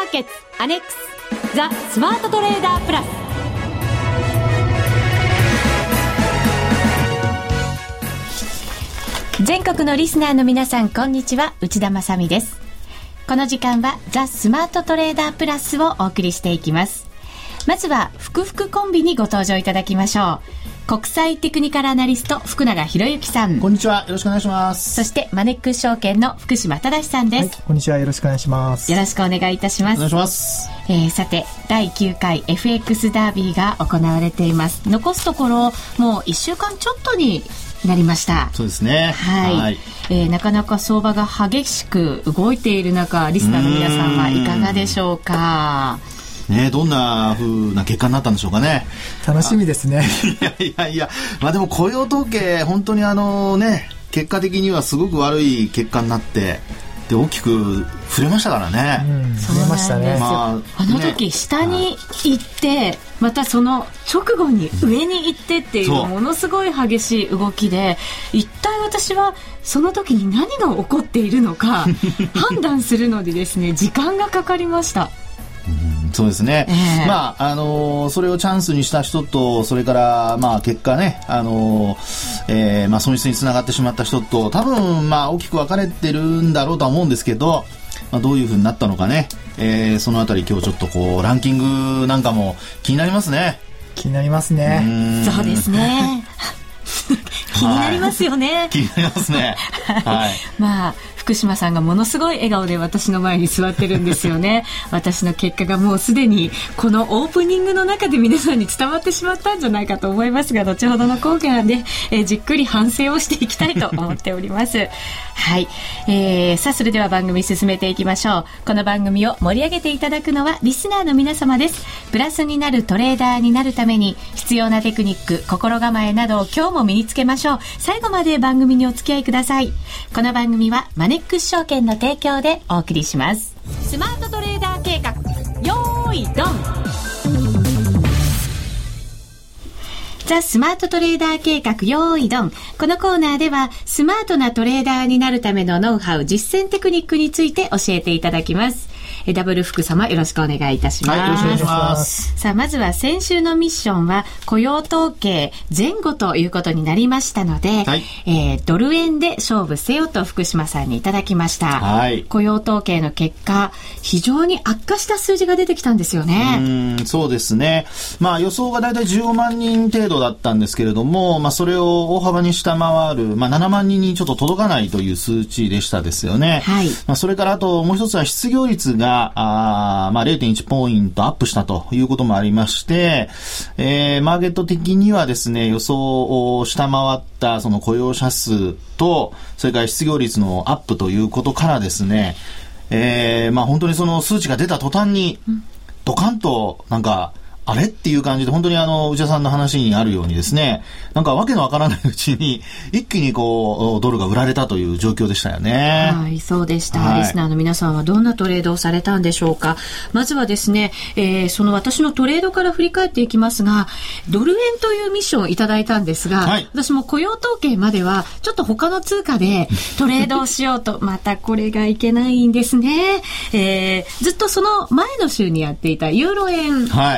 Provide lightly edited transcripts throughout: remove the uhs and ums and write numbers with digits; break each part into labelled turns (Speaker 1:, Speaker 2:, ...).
Speaker 1: ーケッツアネックスザ・スマートトレーダープラス。全国のリスナーの皆さん、こんにちは、内田まさみです。この時間はザ・スマートトレーダープラスをお送りしていきます。まずは福福コンビにご登場いただきましょう。国際テクニカルアナリスト福永博之さん、
Speaker 2: こんにちは、よろしくお願いします。
Speaker 1: そしてマネックス証券の福島忠さんです、
Speaker 3: はい、こんにちは、よろしくお願いします。
Speaker 1: よろしくお願いいたします。
Speaker 2: お願いします。
Speaker 1: さて、第9回 FX ダービーが行われています。残すところもう1週間ちょっとになりました。
Speaker 2: そうですね。
Speaker 1: はい、なかなか相場が激しく動いている中、リスナーの皆さんはいかがでしょうか。
Speaker 2: ね、どんな風な結果になったんでしょうかね。
Speaker 3: 楽しみですね。
Speaker 2: いや、まあでも雇用統計本当に結果的にはすごく悪い結果になってで大きく触れましたからね。
Speaker 3: 触れましたね。
Speaker 1: あの時下に行って、またその直後に上に行ってっていうものすごい激しい動きで、一体私はその時に何が起こっているのか判断するのでですね、時間がかかりました。
Speaker 2: そうですね。まあそれをチャンスにした人と、それからまあ結果ね、まあ損失につながってしまった人と、多分まあ大きく分かれてるんだろうとは思うんですけど、まあ、どういう風になったのかね、そのあたり今日ちょっとこうランキングなんかも気になりますね。
Speaker 3: 気になりますね。
Speaker 1: そうですね。気になりますよね。
Speaker 2: 気になりますね。はい。
Speaker 1: まあ福島さんがものすごい笑顔で私の前に座ってるんですよね。私の結果がもうすでにこのオープニングの中で皆さんに伝わってしまったんじゃないかと思いますが、後ほどの後半で、じっくり反省をしていきたいと思っております。はい、さあそれでは番組進めていきましょう。この番組を盛り上げていただくのはリスナーの皆様です。プラスになるトレーダーになるために必要なテクニック、心構えなどを今日も身につけましょう。最後まで番組にお付き合いください。この番組はマネックス証券の提供でお送りします。スマートトレーダー計画、よーいドン。ザ・スマートトレーダー計画、よーいドン。このコーナーではスマートなトレーダーになるためのノウハウ、実践テクニックについて教えていただきます。ダブル福様、よろしくお願いいたします。
Speaker 2: はい、よろしくお願いします。
Speaker 1: さあまずは先週のミッションは雇用統計前後ということになりましたので、はい、ドル円で勝負せよと福島さんにいただきました。はい、雇用統計の結果、非常に悪化した数字が出てきたんですよね。
Speaker 2: そうですね。まあ予想がだいたい15万人程度だったんですけれども、まあそれを大幅に下回る、まあ7万人にちょっと届かないという数値でしたですよね。はい。まあそれからあともう一つは失業率がまあ 0.1 ポイントアップしたということもありまして、マーケット的にはですね、予想を下回ったその雇用者数と、それから失業率のアップということからですね、まあ本当にその数値が出た途端にドカンとなんかあれっていう感じで、本当に内田さんの話にあるようにですね、なんかわけのわからないうちに一気にこうドルが売られたという状況でしたよね。
Speaker 1: はい、そうでした。リスナーの皆さんはどんなトレードをされたんでしょうか。まずはですね、その私のトレードから振り返っていきますが、ドル円というミッションをいただいたんですが、はい、私も雇用統計まではちょっと他の通貨でトレードをしようとまたこれがいけないんですね。ずっとその前の週にやっていたユーロ円、はい、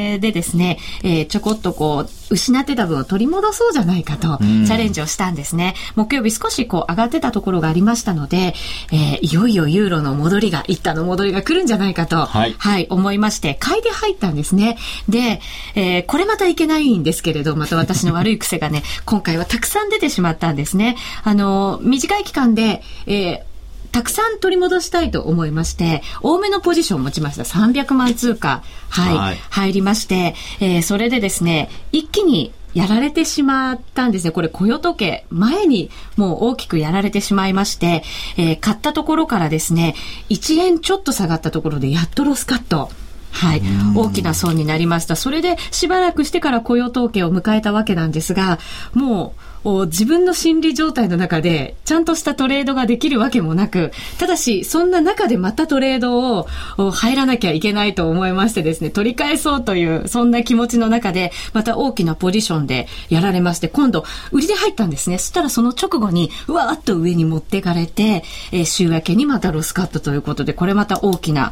Speaker 1: でですね、ちょこっとこう失ってた分を取り戻そうじゃないかとチャレンジをしたんですね。木曜日少しこう上がってたところがありましたので、いよいよユーロの戻りが、一旦の戻りが来るんじゃないかと、はいはい、思いまして買いで入ったんですね。で、これまたいけないんですけれど、また私の悪い癖がね今回はたくさん出てしまったんですね。短い期間で、たくさん取り戻したいと思いまして、多めのポジションを持ちました。300万通貨、はいはい、入りまして、それでですね、一気にやられてしまったんですね。これ雇用統計前にもう大きくやられてしまいまして、買ったところからですね、1円ちょっと下がったところでやっとロスカット。はい、大きな損になりました。それでしばらくしてから雇用統計を迎えたわけなんですが、もう自分の心理状態の中でちゃんとしたトレードができるわけもなく、ただしそんな中でまたトレードを入らなきゃいけないと思いましてですね、取り返そうというそんな気持ちの中でまた大きなポジションでやられまして、今度売りで入ったんですね。そしたらその直後にうわーっと上に持っていかれて、週明けにまたロスカットということで、これまた大きな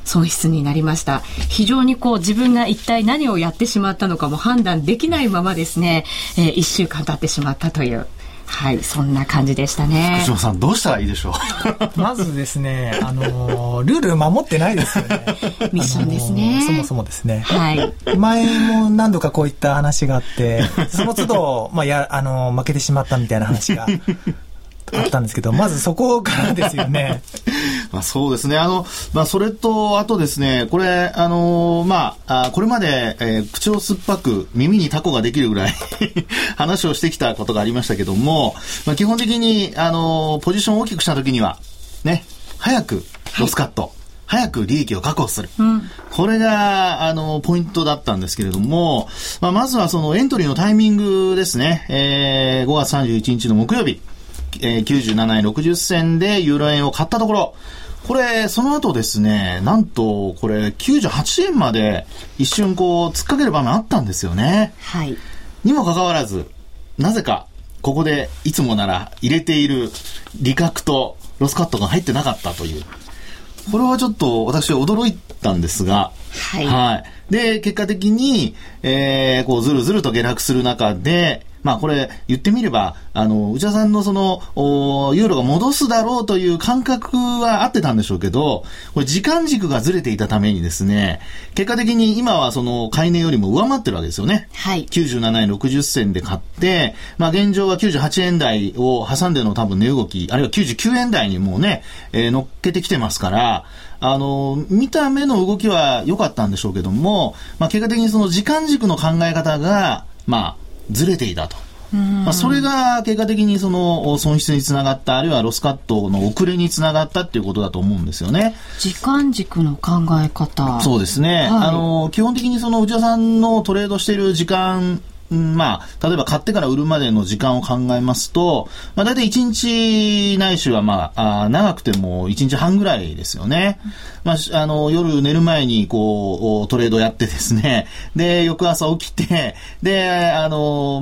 Speaker 1: 損失になりました。非常に自分が一体何をやってしまったのかも判断できないままですね、1週間経ってしまったという、はい、そんな感じでしたね。
Speaker 2: 福島さん、どうしたらいいでしょ
Speaker 3: うまずですね、ルール守ってないですよね。
Speaker 1: ミッションですね。
Speaker 3: そもそもですね。
Speaker 1: はい。
Speaker 3: 前も何度かこういった話があって、その都度、負けてしまったみたいな話があったんですけど、まずそこからですよね。
Speaker 2: そうですね。それと、あとですね、これ、これまで、口を酸っぱく耳にタコができるぐらい話をしてきたことがありましたけども、基本的に、ポジションを大きくしたときには、ね、早くロスカット、早く利益を確保する。これが、ポイントだったんですけれども、まずはそのエントリーのタイミングですね。5月31日の木曜日。97円60銭でユーロ円を買ったところ、これその後ですね、なんとこれ98円まで一瞬突っかける場面あったんですよね。
Speaker 1: はい。
Speaker 2: にもかかわらず、なぜかここでいつもなら入れている利確とロスカットが入ってなかったという、これはちょっと私は驚いたんですが、
Speaker 1: はい。
Speaker 2: はい。で、結果的に、ずるずると下落する中で、これ言ってみれば内田さんのそのユーロが戻すだろうという感覚はあってたんでしょうけど、これ時間軸がずれていたためにですね、結果的に今はその買い値よりも上回ってるわけですよね。
Speaker 1: はい。
Speaker 2: 97円60銭で買って、現状は98円台を挟んでの多分値動き、あるいは99円台にもうね、乗っけてきてますから、見た目の動きは良かったんでしょうけども、結果的にその時間軸の考え方がずれていたと。それが結果的にその損失につながった、あるいはロスカットの遅れにつながったっていうことだと思うんですよね。
Speaker 1: 時間軸の考え方。
Speaker 2: そうですね。はい、基本的にその内田さんのトレードしている時間、例えば買ってから売るまでの時間を考えますと、だいたい1日ないしは長くても1日半ぐらいですよね。夜寝る前にトレードやってですね、で、翌朝起きて、で、午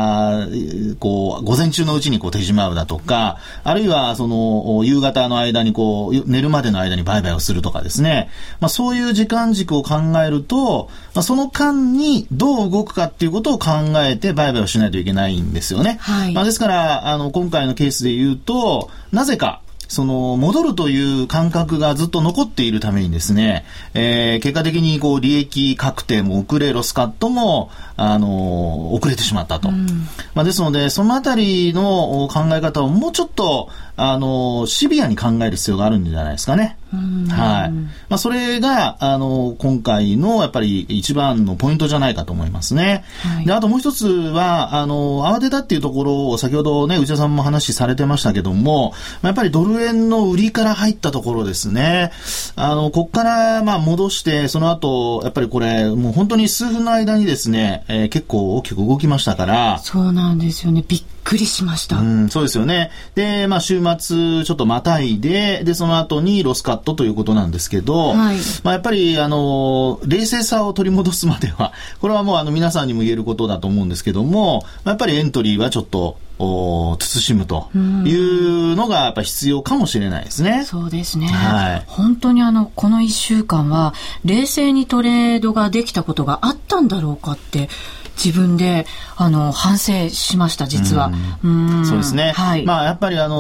Speaker 2: 前中のうちに手締まうだとか、あるいは夕方の間に寝るまでの間に売買をするとかですね、そういう時間軸を考えると、その間にどう動くかっていうことを考えて売買をしないといけないんですよね。
Speaker 1: はい。
Speaker 2: ですから今回のケースで言うと、なぜか戻るという感覚がずっと残っているためにですね、結果的に利益確定も遅れ、ロスカットも遅れてしまったと。ですのでそのあたりの考え方をもうちょっとシビアに考える必要があるんじゃないですかね。はい。それが今回のやっぱり一番のポイントじゃないかと思いますね。
Speaker 1: はい、
Speaker 2: で、あともう一つは慌てたっていうところを先ほどね内田さんも話されてましたけども、やっぱりドル円の売りから入ったところですね。こっから戻してその後やっぱりこれもう本当に数分の間にですね、結構大きく動きましたから。
Speaker 1: そうなんですよね。びっくりしました。
Speaker 2: そうですよね。で、週末ちょっとまたいで、その後にロスカットということなんですけど、
Speaker 1: はい。
Speaker 2: やっぱり冷静さを取り戻すまでは、これはもう皆さんにも言えることだと思うんですけども、やっぱりエントリーはちょっと慎むというのがやっぱ必要かもしれないですね。
Speaker 1: そうですね。
Speaker 2: はい。
Speaker 1: 本当にこの1週間は冷静にトレードができたことがあったんだろうかって自分で反省しました。実は。
Speaker 2: そうですね。
Speaker 1: はい。
Speaker 2: やっぱり予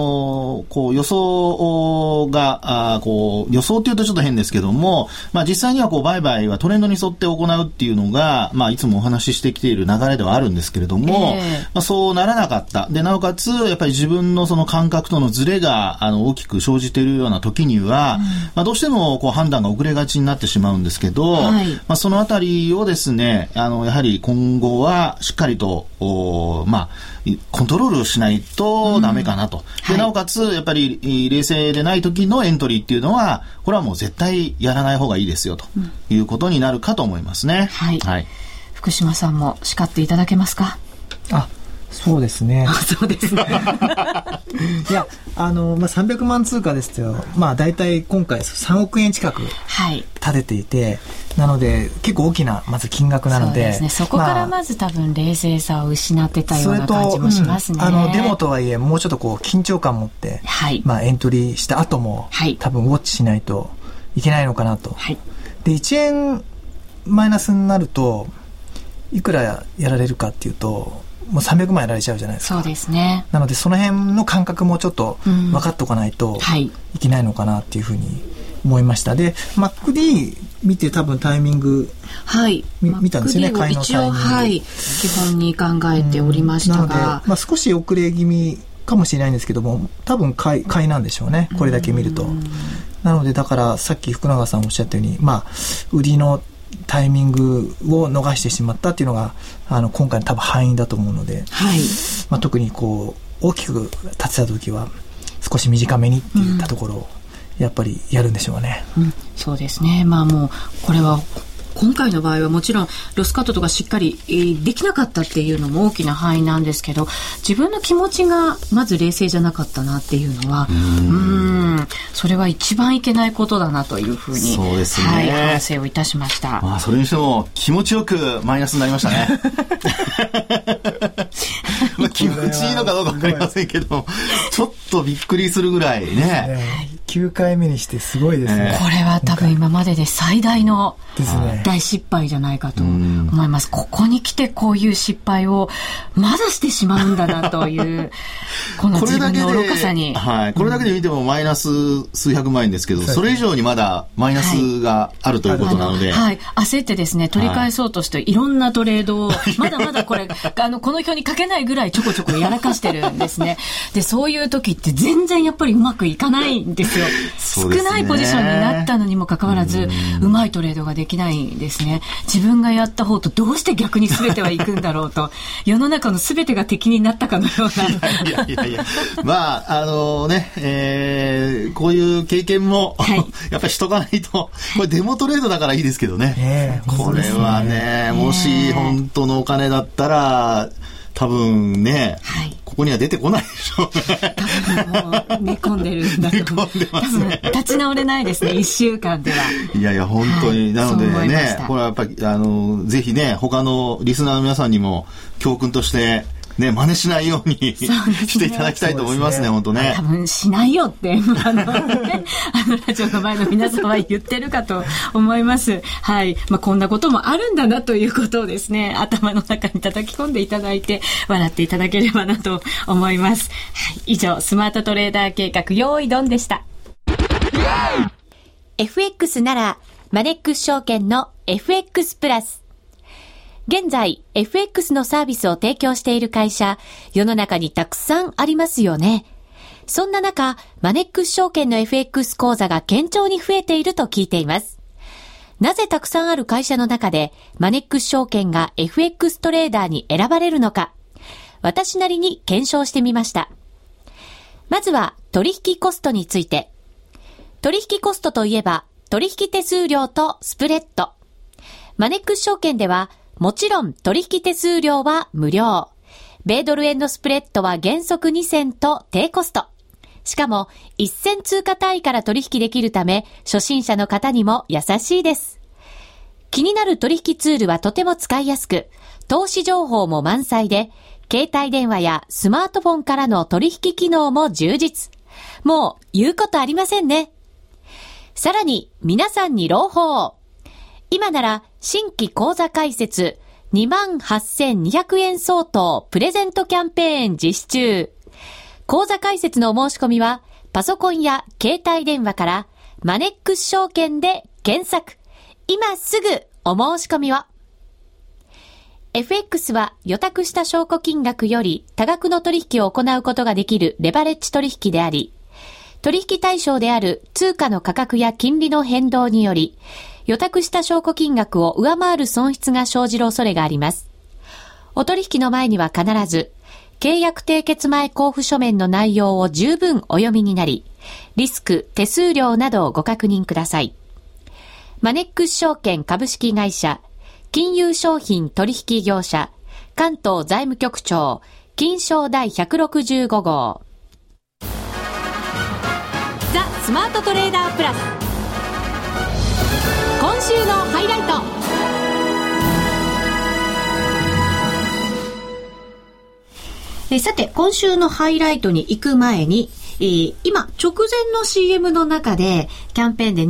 Speaker 2: 想が予想っていうとちょっと変ですけども、実際には売買はトレンドに沿って行うっていうのがいつもお話ししてきている流れではあるんですけれども、そうならなかった。で、なおかつやっぱり自分のその感覚とのズレが大きく生じているような時には、どうしても判断が遅れがちになってしまうんですけど、
Speaker 1: はい、
Speaker 2: そのあたりをですね、やはり今後はしっかりとコントロールしないとダメかなと。で、なおかつやっぱり冷静でない時のエントリーっていうのはこれはもう絶対やらない方がいいですよということになるかと思いますね。
Speaker 1: はい。はい、福島さんも叱っていただけますか？
Speaker 3: そうですね。
Speaker 1: そうですね。
Speaker 3: いや、300万通貨ですと、大体今回3億円近く立てていて、なので結構大きなまず金額なので、
Speaker 1: そうですね。そこからまず多分冷静さを失ってたような感じもしますね。
Speaker 3: デモとはいえもうちょっと緊張感を持って、エントリーした後も、多分ウォッチしないといけないのかなと。
Speaker 1: はい、
Speaker 3: で、1円マイナスになると、いくらやられるかっていうと、もう300万やられちゃうじゃないですか。
Speaker 1: そうですね。
Speaker 3: なので、その辺の感覚もちょっと分かっておかないといけないのかなっていうふうに思いました。で、MacD 見て多分タイミング、
Speaker 1: はい、
Speaker 3: 見たんですよね、
Speaker 1: 買いのタイミング。一応、はい、基本に考えておりましたが。
Speaker 3: なので、少し遅れ気味かもしれないんですけども、多分買いなんでしょうね、これだけ見ると。なので、だからさっき福永さんおっしゃったように、売りのタイミングを逃してしまったっていうのが今回の多分敗因だと思うので、
Speaker 1: はい、
Speaker 3: 特にこう大きく立てた時は少し短めにっていったところをやっぱりやるんでしょうね。
Speaker 1: そうですね。もうこれは今回の場合はもちろんロスカットとかしっかりできなかったっていうのも大きな範囲なんですけど、自分の気持ちがまず冷静じゃなかったなっていうのは、それは一番いけないことだなというふうに、
Speaker 2: そうですね、
Speaker 1: はい、反省をいたしました。
Speaker 2: それにしても気持ちよくマイナスになりましたね。気持ちいいのかどうか分かりませんけど、ちょっとびっくりするぐらいね。
Speaker 3: 9回目にしてすごいですね。
Speaker 1: これは多分今までで最大の大失敗じゃないかと思います。ここに来てこういう失敗をまだしてしまうんだなというこの自分の愚かさに、
Speaker 2: これだけで見てもマイナス数百万円ですけど、それ以上にまだマイナスがあるということなので、
Speaker 1: 焦ってですね、取り返そうとしていろんなトレードをまだまだこれこの表に書けないぐらいちょこちょこやらかしてるんですね。で、そういう時って全然やっぱりうまくいかないんですよ。少ないポジションになったのにもかかわらず、うまいトレードができないんですね。自分がやった方とどうして逆に全てはいくんだろうと、世の中の全てが敵になったかのような。
Speaker 2: いやこういう経験も、やっぱりしとかないと、これデモトレードだからいいですけどね。これはね、もし本当のお金だったら、多分ね、ここには出てこないでしょうね。
Speaker 1: 多分もう寝込んでるんだと思う。寝込んでますね。多分立ち直れないですね、1週間では。
Speaker 2: いや本当に。なのでね、これはやっぱりぜひね、他のリスナーの皆さんにも教訓としてね、真似しないようにしていただきたいと思いますね、本当ね。
Speaker 1: 多分しないよってラジオの前の皆さんは言ってるかと思います。はい。こんなこともあるんだなということをですね、頭の中に叩き込んでいただいて笑っていただければなと思います。はい。以上、スマートトレーダー計画用意ドンでした。
Speaker 4: FX ならマネックス証券の FX プラス。現在、FX のサービスを提供している会社、世の中にたくさんありますよね。そんな中、マネックス証券の FX 講座が堅調に増えていると聞いています。なぜたくさんある会社の中で、マネックス証券が FX トレーダーに選ばれるのか、私なりに検証してみました。まずは、取引コストについて。取引コストといえば、取引手数料とスプレッド。マネックス証券では、もちろん取引手数料は無料。米ドル円のスプレッドは原則2銭と低コスト。しかも1銭通貨単位から取引できるため、初心者の方にも優しいです。気になる取引ツールはとても使いやすく、投資情報も満載で、携帯電話やスマートフォンからの取引機能も充実。もう言うことありませんね。さらに皆さんに朗報。今なら新規口座開設 28,200 円相当プレゼントキャンペーン実施中。口座開設のお申し込みはパソコンや携帯電話からマネックス証券で検索。今すぐお申し込みを。FX は予託した証拠金額より多額の取引を行うことができるレバレッジ取引であり、取引対象である通貨の価格や金利の変動により、予託した証拠金額を上回る損失が生じる恐れがあります。お取引の前には必ず、契約締結前交付書面の内容を十分お読みになり、リスク、手数料などをご確認ください。マネックス証券株式会社、金融商品取引業者、関東財務局長、金商第165号。ザ・スマートトレーダープラス。今週のハイライト。
Speaker 1: さて、今週のハイライトに行く前に、今、直前の CM の中で、キャンペーンで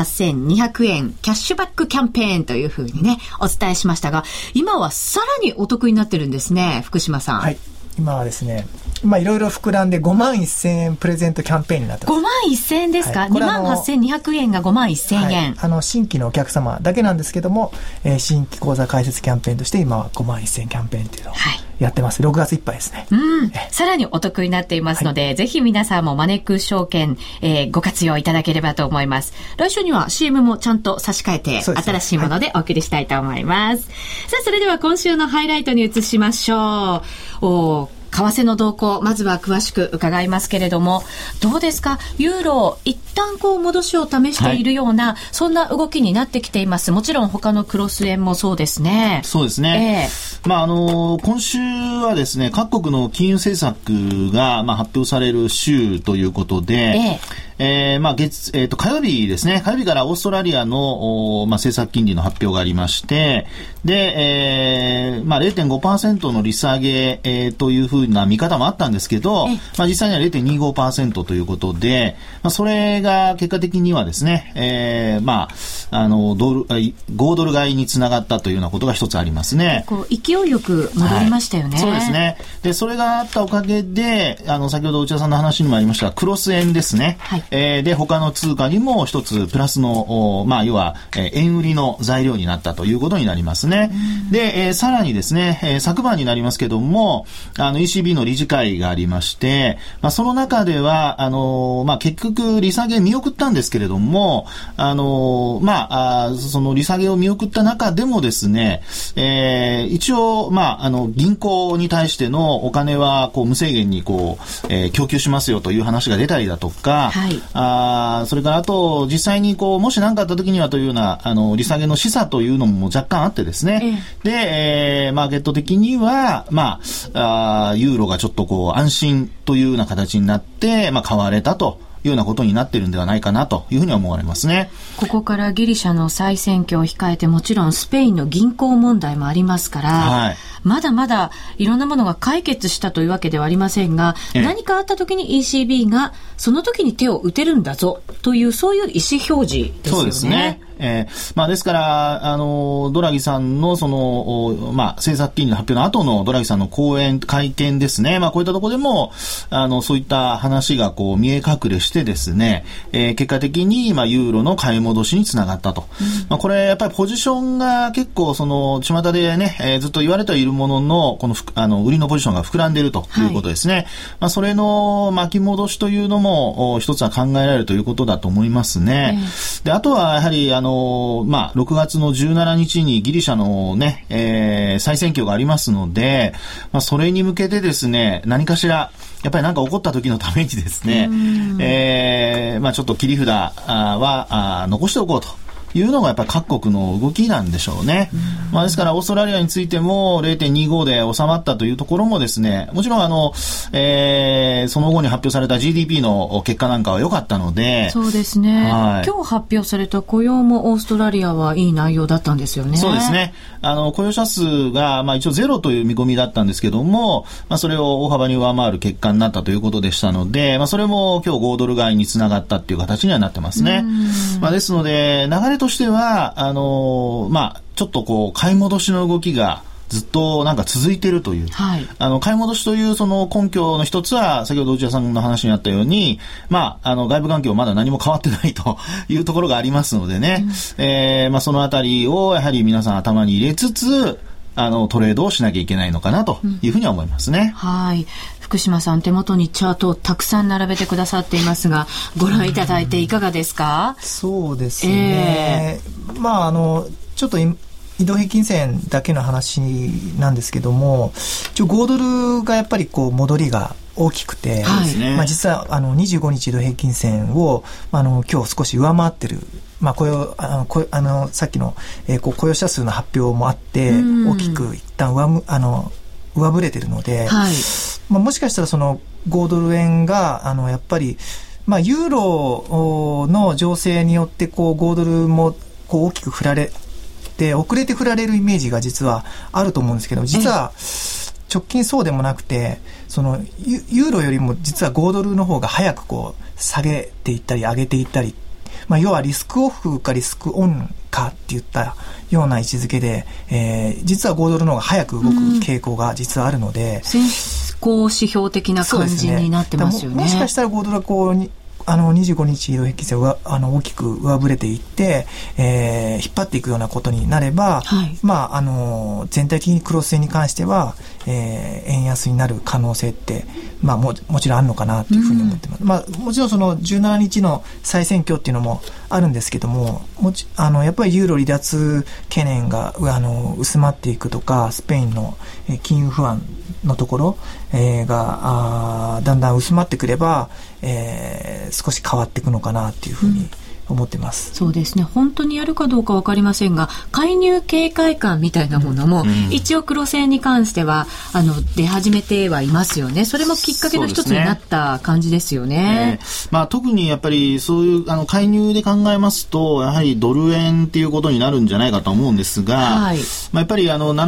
Speaker 1: 28,200 円、キャッシュバックキャンペーンというふうにね、お伝えしましたが、今はさらにお得になってるんですね、福島さん。
Speaker 3: はい。今はですね、いろいろ膨らんで51,000円プレゼントキャンペーンになってます。
Speaker 1: 51,000円ですか、はい、28,200 円が51,000円、
Speaker 3: はい、新規のお客様だけなんですけども、新規口座開設キャンペーンとして今は51,000円キャンペーンっていうのをやってます。6月いっぱいですね。
Speaker 1: さらにお得になっていますので、はい、ぜひ皆さんもマネックス証券、ご活用いただければと思います。来週には CM もちゃんと差し替えて、新しいものでお送りしたいと思います。さあ、それでは今週のハイライトに移しましょう。為替の動向、まずは詳しく伺いますけれども、どうですか、ユーロ一旦戻しを試しているような、そんな動きになってきています。もちろん他のクロス円もそうですね。
Speaker 2: そうですね。今週はですね、各国の金融政策が発表される週ということで、火曜日ですね。火曜日からオーストラリアの、政策金利の発表がありまして、で、0.5% の利下げ、というふうな見方もあったんですけど、実際には 0.25% ということで、それが結果的にはですね、5ドル買いにつながったというようなことが一つありますね。
Speaker 1: 勢いよく戻りましたよね。
Speaker 2: そうですね。で、それがあったおかげで、先ほど内田さんの話にもありましたクロス円ですね。で、他の通貨にも一つプラスの、要は、円売りの材料になったということになりますね。で、さらにですね、昨晩になりますけども、ECB の理事会がありまして、その中では、結局、利下げ見送ったんですけれども、その利下げを見送った中でもですね、一応、銀行に対してのお金は、無制限に供給しますよという話が出たりだとか、それからあと実際にもし何かあった時にはというような利下げの示唆というのも若干あってですね、で、マーケット的にはユーロがちょっと安心というような形になって買われたというようなことになっているんではないかなというふうに思われますね。
Speaker 1: ここからギリシャの再選挙を控えて、もちろんスペインの銀行問題もありますから、まだまだいろんなものが解決したというわけではありませんが、何かあった時に ECB がその時に手を打てるんだぞという、そういう意思表示ですよね。
Speaker 2: そうですね。ですから、ドラギさんの政策金利の発表の後のドラギさんの会見ですね。こういったところでも、そういった話が見え隠れしてですね、結果的にユーロの買い戻しにつながったと。これやっぱりポジションが結構巷でね、ずっと言われてはいるものの、この売りのポジションが膨らんでいるということですね。それの巻き戻しというのも一つは考えられるということだと思いますね。で、あとはやはり6月の17日にギリシャのね、再選挙がありますので、それに向けてですね、何かしらやっぱり何か起こった時のためにですね、ちょっと切り札は残しておこうというのがやっぱり各国の動きなんでしょうね。ですからオーストラリアについても 0.25 で収まったというところもですね、もちろんその後に発表された GDP の結果なんかは良かったので。
Speaker 1: そうですね。今日発表された雇用もオーストラリアはいい内容だったんですよね。
Speaker 2: そうですね。雇用者数が一応ゼロという見込みだったんですけども、それを大幅に上回る結果になったということでしたので、それも今日5ドル買いにつながったっていう形にはなってますね。ですので流れとしてはちょっと買い戻しの動きがずっと続いているという、買い戻しというその根拠の一つは先ほど内田さんの話にあったように、外部環境まだ何も変わってないというところがありますのでね、そのあたりをやはり皆さん頭に入れつつトレードをしなきゃいけないのかなというふうには思いますね。
Speaker 1: 福島さん、手元にチャートをたくさん並べてくださっていますが、ご覧いただいていかがですか？
Speaker 3: そうですね。ちょっと移動平均線だけの話なんですけども、5ドルがやっぱり戻りが大きくて、実は25日移動平均線を今日少し上回ってる。さっきの、雇用者数の発表もあって、大きく一旦上振れてるので、もしかしたらその5ドル円がやっぱり、ユーロの情勢によって5ドルも大きく振られて、遅れて振られるイメージが実はあると思うんですけど、実は直近そうでもなくて、そのユーロよりも実は5ドルの方が早くこう下げていったり上げていったり、要はリスクオフかリスクオンかっていったような位置づけで、実は5ドルの方が早く動く傾向が実はあるので、
Speaker 1: 先行指標的な感じになってますよね。
Speaker 3: もしかしたら5ドルはこう25日移動平均線は大きく上振れていって、引っ張っていくようなことになれば、はい、全体的にクロス円に関しては、円安になる可能性って、もちろんあるのかなというふうに思ってます。もちろんその17日の再選挙っていうのもあるんですけども、やっぱりユーロ離脱懸念が薄まっていくとか、スペインの金融不安のところ、がだんだん薄まってくれば、少し変わっていくのかなっていうふうに思ってます。
Speaker 1: そうですね。本当にやるかどうか分かりませんが、介入警戒感みたいなものも、一応黒線に関しては出始めてはいますよね。それもきっかけの一つになった感じですよね。
Speaker 2: 特にやっぱりそういう介入で考えますと、やはりドル円っていうことになるんじゃないかと思うんですが、はい、やっぱり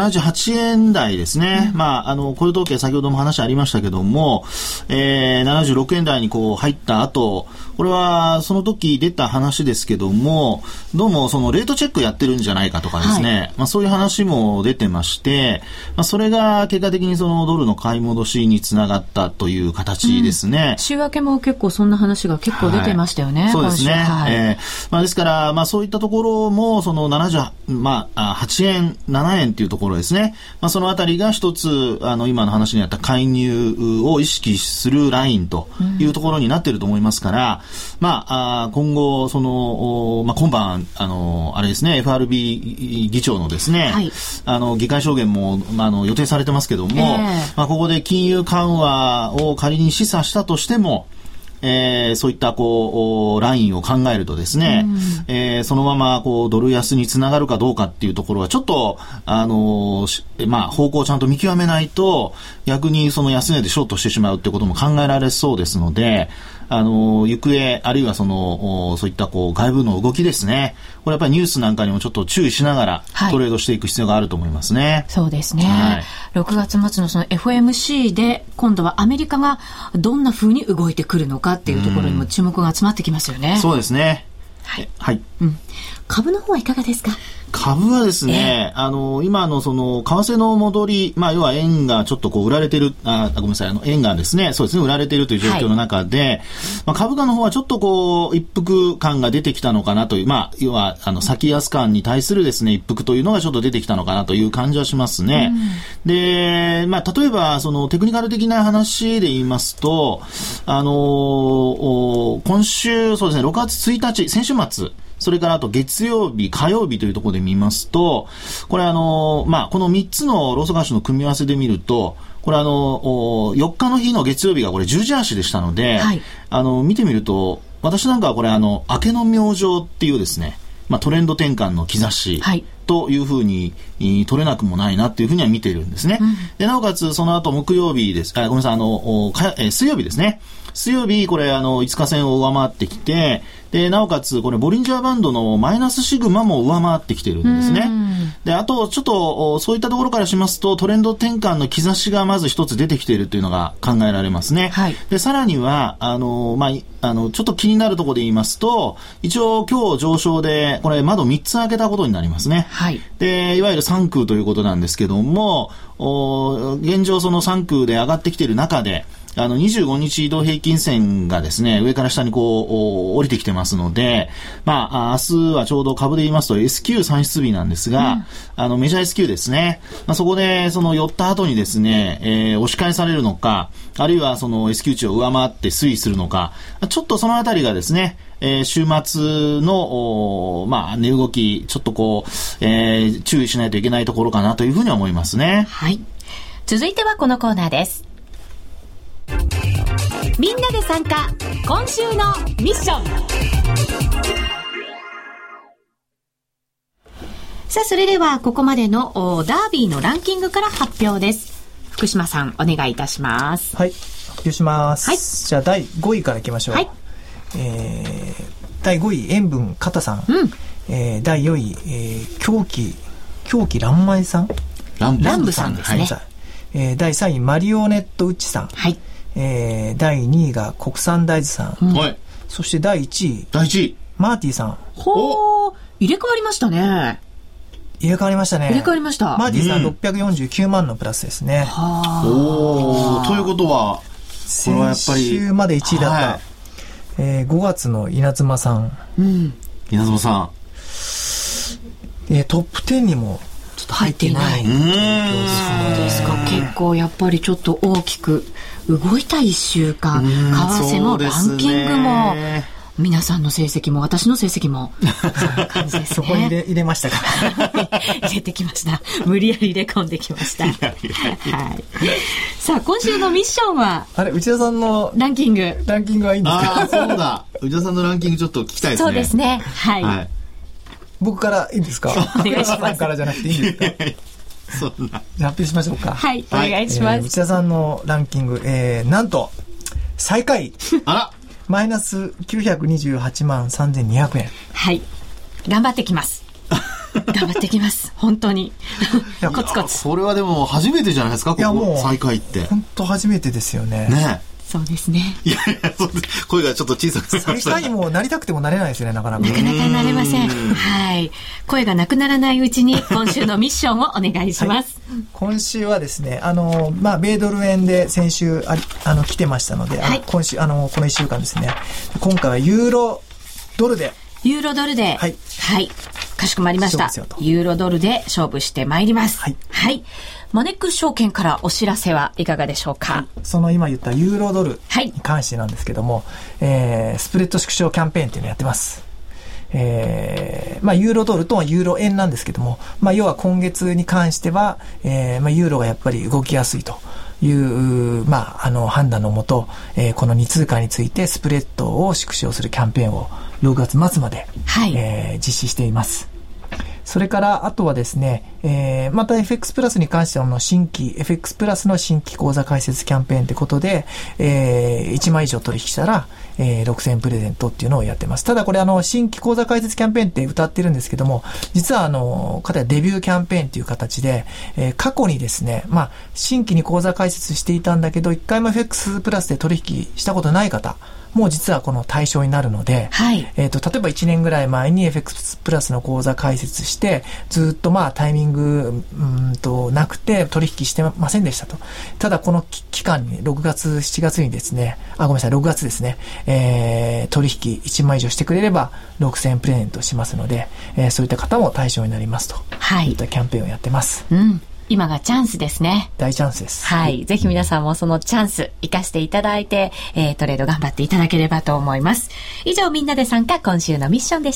Speaker 2: 78円台ですね。雇用統計先ほども話ありましたけども、76円台にこう入った後、これはその時出た話ですけども、どうもそのレートチェックやってるんじゃないかとかですね、はい、そういう話も出てまして、それが結果的にそのドルの買い戻しにつながったという形ですね。
Speaker 1: 週明けも結構そんな話が結構出てましたよね。はい、
Speaker 2: そうですね。はい、ですからそういったところもその8円7円っていうところですね。そのあたりが一つ今の話にあった介入を意識するラインというところになっていると思いますから、今後今晩あれですね、 FRB 議長のですね、はい、議会証言も予定されてますけども、ここで金融緩和を仮に示唆したとしても、そういったラインを考えるとですね、そのままドル安につながるかどうかっていうところはちょっと方向をちゃんと見極めないと、逆にその安値でショートしてしまうってことも考えられそうですので、行方あるいはそういった外部の動きですね、これやっぱりニュースなんかにもちょっと注意しながらトレードしていく必要があると思いますね。はい、
Speaker 1: そうですね。はい、6月末のその FOMC で今度はアメリカがどんな風に動いてくるのかっていうところにも注目が集まってきますよね。
Speaker 2: そうですね。
Speaker 1: はい。はい。株の方はいかがですか？
Speaker 2: 株はですね、今のその為替の戻り、要は円がちょっと売られてる、ごめんなさい、円がですね、そうですね、売られているという状況の中で、はい、株価の方はちょっと一服感が出てきたのかなという、要は先安感に対するですね、一服というのがちょっと出てきたのかなという感じはしますね。で、例えばそのテクニカル的な話で言いますと、今週そうですね、6月1日、先週末、それからあと月曜日、火曜日というところで見ますと、これこの3つのローソク足の組み合わせで見ると、これ4日の日の月曜日がこれ十字足でしたので、はい、見てみると、私なんかはこれ明けの明星っていうですね、トレンド転換の兆しというふうに取れなくもないなっていうふうには見ているんですね。で、なおかつその後木曜日です。ごめんなさい、水曜日ですね。水曜日、これ5日線を上回ってきて、で、なおかつこれボリンジャーバンドのマイナスシグマも上回ってきてるんですね。で、あとちょっとそういったところからしますと、トレンド転換の兆しがまず一つ出てきているというのが考えられますね。はい、で、さらにはちょっと気になるところで言いますと、一応今日上昇でこれ窓3つ開けたことになりますね。はい、で、いわゆる3空ということなんですけども、現状その3空で上がってきている中で、25日移動平均線がですね、上から下に降りてきてますので、明日はちょうど株で言いますと S q 算出日なんですが、メジャー S q ですね。そこでその寄った後にですね、押し返されるのか、あるいはその S q 値を上回って推移するのか、ちょっとそのあたりがですね、週末の、値動き、ちょっと注意しないといけないところかなというふうには思いますね。
Speaker 4: はい。続いてはこのコーナーです。みんなで参加、今週のミッション。さあ、それではここまでのダービーのランキングから発表です。福島さん、お願いいたします。
Speaker 3: はい、発表します。はい、じゃあ第5位からいきましょう。はい、第5位、塩分片さん。第4位、狂気乱舞さん。
Speaker 1: 乱舞さんですね。
Speaker 3: 第3位マリオネットウッチさん、
Speaker 1: はい、
Speaker 3: 第2位が国産大豆さん、
Speaker 2: はい、
Speaker 3: そして第1位マーティさん。
Speaker 1: ほー、入れ替わりましたね。
Speaker 3: 入れ替わりましたね。
Speaker 1: 入れ替わりました。
Speaker 3: マーティさん649万のプラスですね。
Speaker 2: おー、ということはこれはやっぱり
Speaker 3: 先週まで1位だった、はい、5月の稲妻さん、
Speaker 2: 稲妻さん、
Speaker 3: トップ10にもちょっと入っていない状況ですね。
Speaker 1: そうですか。結構やっぱりちょっと大きく動いた1週間、為替もランキングも皆さんの成績も私の成績もそんな感じですね。
Speaker 3: そこに入れましたか
Speaker 1: 入れてきました。無理やり入れ込んできました。はい。さあ、今週のミッションは、
Speaker 3: あれ、内田さんの
Speaker 1: ランキング
Speaker 3: はいいんですか？
Speaker 2: ああ、そうだ。内田さんのランキングちょっと聞きたいですね。
Speaker 1: そうですね。はい。はい、
Speaker 3: 僕からいいんですか？
Speaker 1: お願いします。
Speaker 3: さんからじゃなくていいんですか？
Speaker 2: そんな。
Speaker 3: じゃあ発表しましょうか。
Speaker 1: はい、お願いします。
Speaker 3: 内田さんのランキング、なんと最下位。
Speaker 2: あら。
Speaker 3: マイナス928万3200円。
Speaker 1: はい。頑張ってきます。頑張ってきます。本当に。コツコツ。
Speaker 2: これはでも初めてじゃないですか、ここ最下位って。
Speaker 3: 本当初めてですよね。
Speaker 2: ね。
Speaker 1: そうですね。
Speaker 2: いやいや、声がちょっと小さくなりました。
Speaker 3: 最下位にもなりたくてもなれないですよね、なかなか。
Speaker 1: なかなかなれません。はい。声がなくならないうちに今週のミッションをお願いします。
Speaker 3: はい、今週はですね、米ドル円で先週来てましたので、はい、今週この1週間ですね、今回はユーロドルで。
Speaker 1: ユーロドルで。はい。はい。かしこまりました。ユーロドルで勝負してまいります。はい。はい。マネックス証券からお知らせはいかがでしょうか？
Speaker 3: その今言ったユーロドルに関してなんですけども、スプレッド縮小キャンペーンっていうのをやってます。ユーロドルとはユーロ円なんですけども、要は今月に関しては、ユーロがやっぱり動きやすいという、判断のもと、この2通貨についてスプレッドを縮小するキャンペーンを6月末まで、はい、実施しています。それからあとはですね、また FX プラスに関してはFX プラスの新規口座開設キャンペーンってことで、1万以上取引したら、6000円プレゼントっていうのをやってます。ただこれ新規口座開設キャンペーンって歌ってるんですけども、実はかたやデビューキャンペーンっていう形で、過去にですね、新規に口座開設していたんだけど、一回も FX プラスで取引したことない方、もう実はこの対象になるので、はい、例えば1年ぐらい前に FX プラスの口座開設して、ずっとタイミングなくて取引してませんでしたと。ただこの期間に6月、7月にですね、6月ですね、取引1万以上してくれれば6000円プレゼントしますので、そういった方も対象になりますと。はい。いったキャンペーンをやってます。
Speaker 1: うん。今がチャンスですね。
Speaker 3: 大チャンスです。
Speaker 1: はい。ぜひ皆さんもそのチャンス生かしていただいて、トレード頑張っていただければと思います。以上、みんなで参加、今週のミッションでした。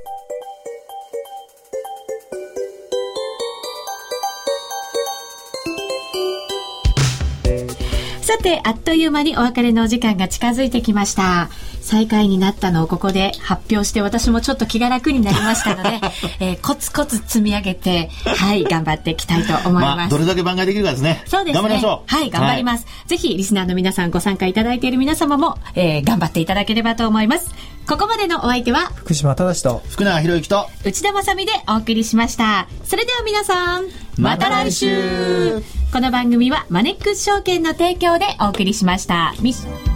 Speaker 1: さて、あっという間にお別れのお時間が近づいてきました。最下位になったのをここで発表して私もちょっと気が楽になりましたので、コツコツ積み上げて、はい、頑張っていきたいと思います。
Speaker 2: どれだけ番外できるかですね。
Speaker 1: そうですね。
Speaker 2: 頑張りましょ
Speaker 1: う。はい、頑張ります。ぜひリスナーの皆さん、ご参加いただいている皆様も、頑張っていただければと思います。ここまでのお相手は
Speaker 3: 福島正と
Speaker 2: 福永博之と
Speaker 1: 内田まさみでお送りしました。それでは皆さん、また来週。この番組はマネックス証券の提供でお送りしました。